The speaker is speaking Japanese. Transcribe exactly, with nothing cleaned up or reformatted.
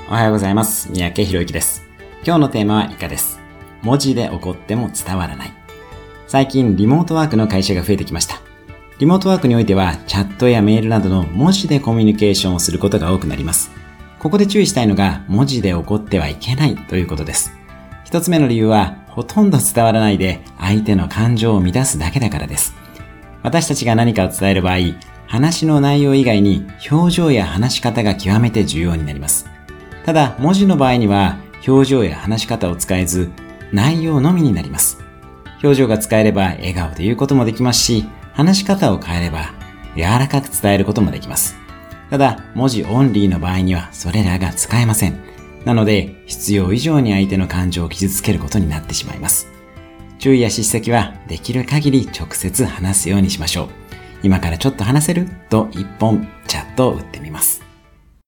おはようございます。三宅博之です。今日のテーマは以下です。文字で怒っても伝わらない。最近リモートワークの会社が増えてきました。リモートワークにおいてはチャットやメールなどの文字でコミュニケーションをすることが多くなります。ここで注意したいのが文字で怒ってはいけないということです。一つ目の理由はほとんど伝わらないで相手の感情を乱すだけだからです。私たちが何かを伝える場合、話の内容以外に表情や話し方が極めて重要になります。ただ文字の場合には表情や話し方を使えず内容のみになります。表情が使えれば笑顔で言うこともできますし、話し方を変えれば柔らかく伝えることもできます。ただ文字オンリーの場合にはそれらが使えません。なので必要以上に相手の感情を傷つけることになってしまいます。注意や叱責はできる限り直接話すようにしましょう。今からちょっと話せると一本チャットを打ってみます。